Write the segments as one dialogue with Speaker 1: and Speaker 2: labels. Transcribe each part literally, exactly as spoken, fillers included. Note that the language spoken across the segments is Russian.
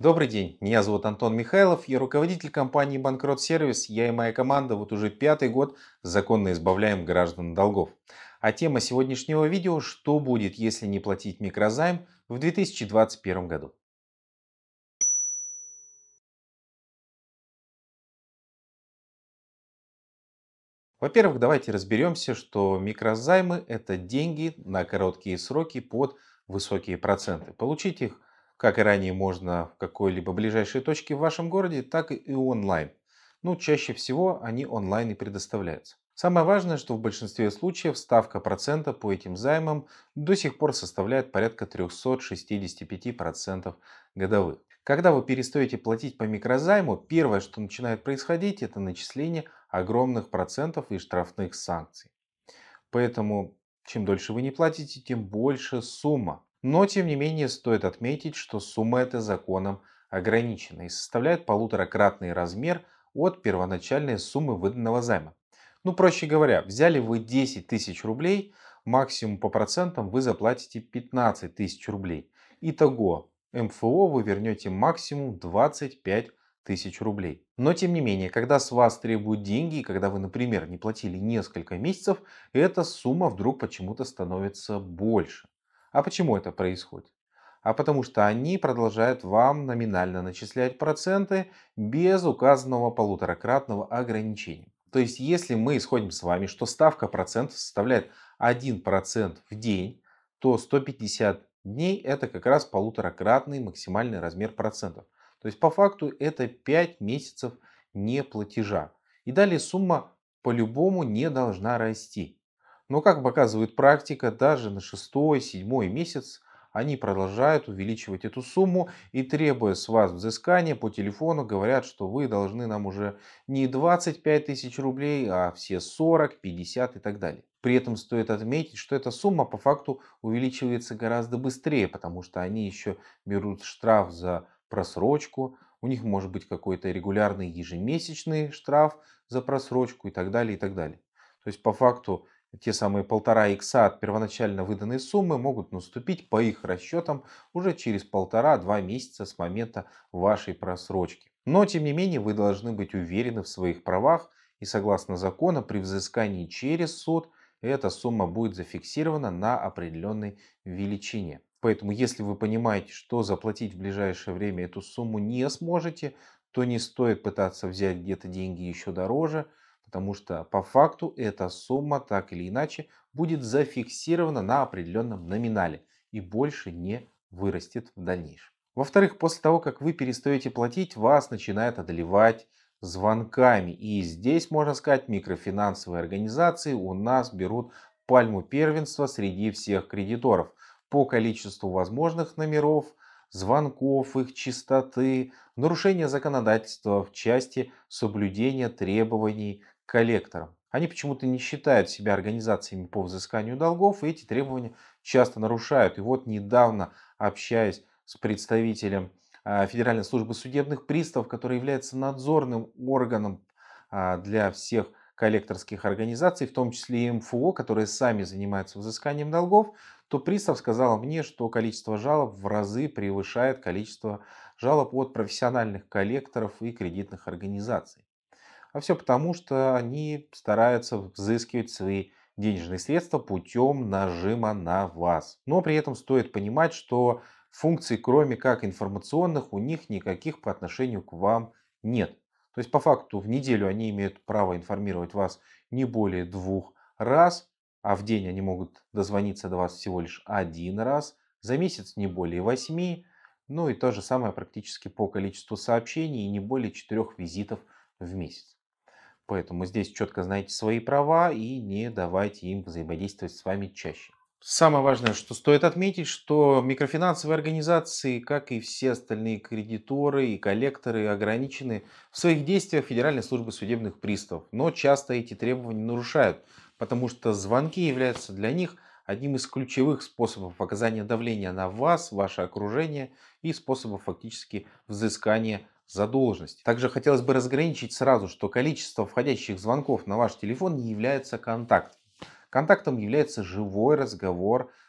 Speaker 1: Добрый день, меня зовут Антон Михайлов, я руководитель компании Банкрот Сервис. Я и моя команда вот уже пятый год законно избавляем граждан от долгов. А тема сегодняшнего видео – что будет, если не платить микрозайм в две тысячи двадцать первом году. Во-первых, давайте разберемся, что микрозаймы – это деньги на короткие сроки под высокие проценты. Получить их, как и ранее, можно в какой-либо ближайшей точке в вашем городе, так и онлайн. Ну, чаще всего они онлайн и предоставляются. Самое важное, что в большинстве случаев ставка процента по этим займам до сих пор составляет порядка триста шестьдесят пять процентов годовых. Когда вы перестаете платить по микрозайму, первое, что начинает происходить, это начисление огромных процентов и штрафных санкций. Поэтому, чем дольше вы не платите, тем больше сумма. Но, тем не менее, стоит отметить, что сумма эта законом ограничена и составляет полуторакратный размер от первоначальной суммы выданного займа. Ну, проще говоря, взяли вы десять тысяч рублей, максимум по процентам вы заплатите пятнадцать тысяч рублей. Итого, эм эф о вы вернете максимум двадцать пять тысяч рублей. Но, тем не менее, когда с вас требуют деньги, и когда вы, например, не платили несколько месяцев, эта сумма вдруг почему-то становится больше. А почему это происходит? А потому что они продолжают вам номинально начислять проценты без указанного полуторакратного ограничения. То есть, если мы исходим с вами, что ставка процентов составляет один процент в день, то сто пятьдесят дней это как раз полуторакратный максимальный размер процентов. То есть, по факту это пять месяцев неплатежа. И далее сумма по-любому не должна расти. Но, как показывает практика, даже на шестой, седьмой месяц они продолжают увеличивать эту сумму и, требуя с вас взыскания по телефону, говорят, что вы должны нам уже не двадцать пять тысяч рублей, а все сорок, пятьдесят и так далее. При этом стоит отметить, что эта сумма по факту увеличивается гораздо быстрее, потому что они еще берут штраф за просрочку, у них может быть какой-то регулярный ежемесячный штраф за просрочку и так далее, и так далее. То есть по факту те самые полтора икса от первоначально выданной суммы могут наступить по их расчетам уже через полтора-два месяца с момента вашей просрочки. Но тем не менее вы должны быть уверены в своих правах и согласно закону при взыскании через суд эта сумма будет зафиксирована на определенной величине. Поэтому если вы понимаете, что заплатить в ближайшее время эту сумму не сможете, то не стоит пытаться взять где-то деньги еще дороже, потому что по факту эта сумма так или иначе будет зафиксирована на определенном номинале и больше не вырастет в дальнейшем. Во-вторых, после того, как вы перестаете платить, вас начинает одолевать звонками. И здесь, можно сказать, микрофинансовые организации у нас берут пальму первенства среди всех кредиторов по количеству возможных номеров, звонков, их частоты, нарушения законодательства в части соблюдения требований к коллекторам. Они почему-то не считают себя организациями по взысканию долгов и эти требования часто нарушают. И вот недавно, общаясь с представителем а, Федеральной службы судебных приставов, который является надзорным органом а, для всех коллекторских организаций, в том числе и эм эф о, которые сами занимаются взысканием долгов, то пристав сказал мне, что количество жалоб в разы превышает количество жалоб от профессиональных коллекторов и кредитных организаций. А все потому, что они стараются взыскивать свои денежные средства путем нажима на вас. Но при этом стоит понимать, что функций, кроме как информационных, у них никаких по отношению к вам нет. То есть по факту в неделю они имеют право информировать вас не более двух раз, а в день они могут дозвониться до вас всего лишь один раз, за месяц не более восьми, ну и то же самое практически по количеству сообщений и не более четырех визитов в месяц. Поэтому здесь четко знайте свои права и не давайте им взаимодействовать с вами чаще. Самое важное, что стоит отметить, что микрофинансовые организации, как и все остальные кредиторы и коллекторы, ограничены в своих действиях Федеральной службы судебных приставов. Но часто эти требования нарушают, потому что звонки являются для них одним из ключевых способов оказания давления на вас, ваше окружение и способов фактически взыскания задолженности. Также хотелось бы разграничить сразу, что количество входящих звонков на ваш телефон не является контактом. Контактом является живой разговор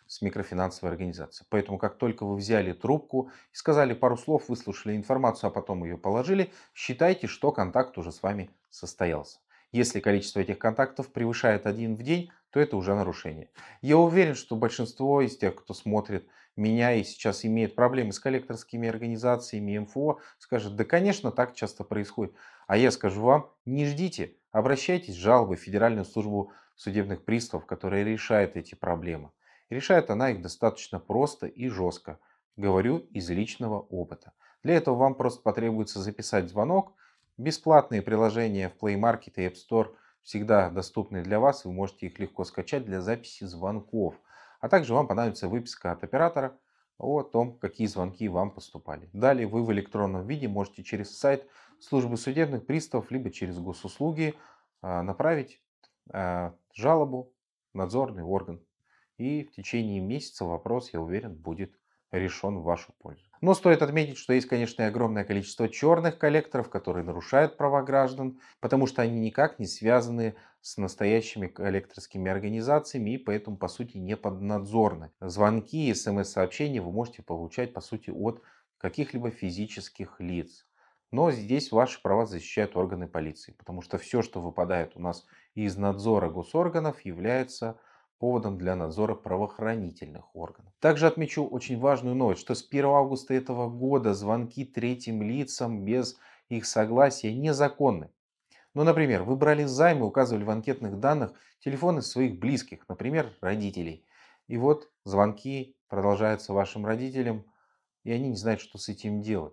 Speaker 1: с микрофинансовой организацией. Поэтому, как только вы взяли трубку и сказали пару слов, выслушали информацию, а потом ее положили, считайте, что контакт уже с вами состоялся. Если количество этих контактов превышает один в день, то это уже нарушение. Я уверен, что большинство из тех, кто смотрит меня и сейчас имеет проблемы с коллекторскими организациями, эм эф о, скажет: да, конечно, так часто происходит. А я скажу вам: не ждите, обращайтесь с жалобой в Федеральную службу судебных приставов, которая решает эти проблемы. Решает она их достаточно просто и жестко. Говорю из личного опыта. Для этого вам просто потребуется записать звонок. Бесплатные приложения в Play Market и App Store всегда доступны для вас. Вы можете их легко скачать для записи звонков. А также вам понадобится выписка от оператора о том, какие звонки вам поступали. Далее вы в электронном виде можете через сайт службы судебных приставов либо через госуслуги а, направить а, жалобу в надзорный орган. И в течение месяца вопрос, я уверен, будет решен в вашу пользу. Но стоит отметить, что есть, конечно, и огромное количество черных коллекторов, которые нарушают права граждан, потому что они никак не связаны с настоящими коллекторскими организациями и поэтому, по сути, не поднадзорны. Звонки и смс-сообщения вы можете получать, по сути, от каких-либо физических лиц. Но здесь ваши права защищают органы полиции, потому что все, что выпадает у нас из надзора госорганов, является поводом для надзора правоохранительных органов. Также отмечу очень важную новость, что с первого августа этого года звонки третьим лицам без их согласия незаконны. Ну, например, вы брали займ и указывали в анкетных данных телефоны своих близких, например, родителей. И вот звонки продолжаются вашим родителям, и они не знают, что с этим делать.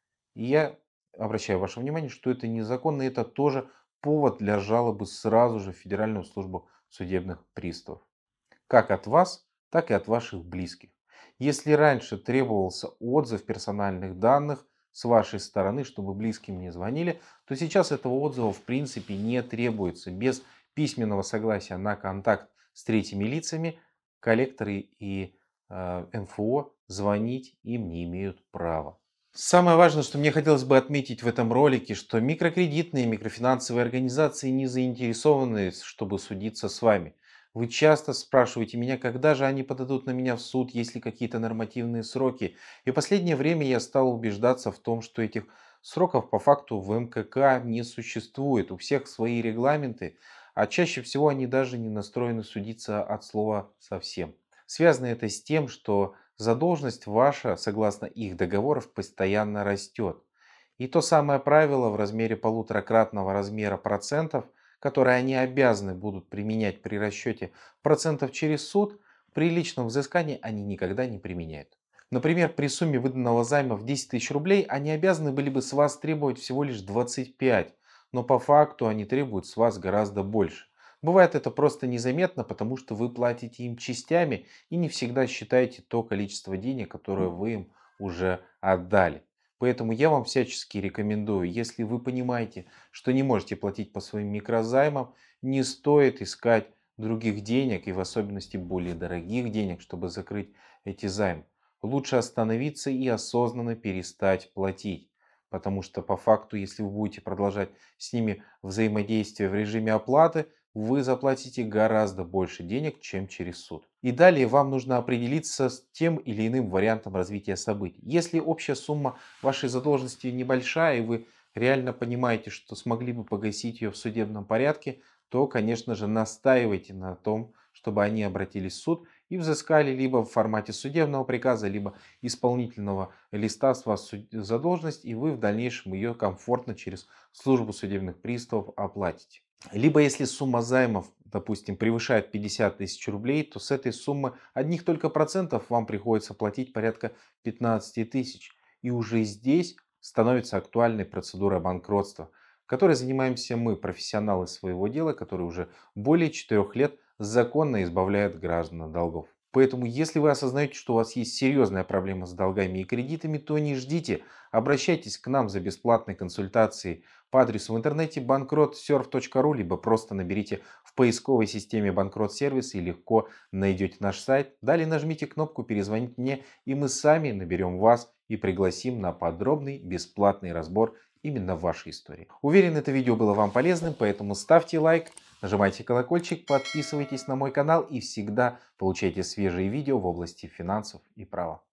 Speaker 1: И я обращаю ваше внимание, что это незаконно, и это тоже повод для жалобы сразу же в Федеральную службу судебных приставов. Как от вас, так и от ваших близких. Если раньше требовался отзыв персональных данных с вашей стороны, чтобы близким не звонили, то сейчас этого отзыва в принципе не требуется. Без письменного согласия на контакт с третьими лицами коллекторы и э, эм эф о звонить им не имеют права. Самое важное, что мне хотелось бы отметить в этом ролике, что микрокредитные и микрофинансовые организации не заинтересованы, чтобы судиться с вами. Вы часто спрашиваете меня, когда же они подадут на меня в суд, есть ли какие-то нормативные сроки. И в последнее время я стал убеждаться в том, что этих сроков по факту в эм ка ка не существует. У всех свои регламенты, а чаще всего они даже не настроены судиться от слова совсем. Связано это с тем, что задолженность ваша, согласно их договоров, постоянно растет. И то самое правило в размере полуторакратного размера процентов, которое они обязаны будут применять при расчете процентов через суд, при личном взыскании они никогда не применяют. Например, при сумме выданного займа в десять тысяч рублей они обязаны были бы с вас требовать всего лишь двадцать пять, но по факту они требуют с вас гораздо больше. Бывает это просто незаметно, потому что вы платите им частями и не всегда считаете то количество денег, которое вы им уже отдали. Поэтому я вам всячески рекомендую, если вы понимаете, что не можете платить по своим микрозаймам, не стоит искать других денег и в особенности более дорогих денег, чтобы закрыть эти займы. Лучше остановиться и осознанно перестать платить. Потому что по факту, если вы будете продолжать с ними взаимодействие в режиме оплаты, вы заплатите гораздо больше денег, чем через суд. И далее вам нужно определиться с тем или иным вариантом развития событий. Если общая сумма вашей задолженности небольшая, и вы реально понимаете, что смогли бы погасить ее в судебном порядке, то, конечно же, настаивайте на том, чтобы они обратились в суд и взыскали либо в формате судебного приказа, либо исполнительного листа с вас задолженность, и вы в дальнейшем ее комфортно через службу судебных приставов оплатите. Либо если сумма займов, допустим, превышает пятьдесят тысяч рублей, то с этой суммы одних только процентов вам приходится платить порядка пятнадцать тысяч. И уже здесь становится актуальной процедура банкротства, которой занимаемся мы, профессионалы своего дела, которые уже более четырёх лет законно избавляют граждан от долгов. Поэтому, если вы осознаете, что у вас есть серьезная проблема с долгами и кредитами, то не ждите, обращайтесь к нам за бесплатной консультацией по адресу в интернете банкрот серф точка ру, либо просто наберите в поисковой системе банкрот сервис и легко найдете наш сайт. Далее нажмите кнопку «Перезвонить мне», и мы сами наберем вас и пригласим на подробный бесплатный разбор именно вашей истории. Уверен, это видео было вам полезным, поэтому ставьте лайк, нажимайте колокольчик, подписывайтесь на мой канал и всегда получайте свежие видео в области финансов и права.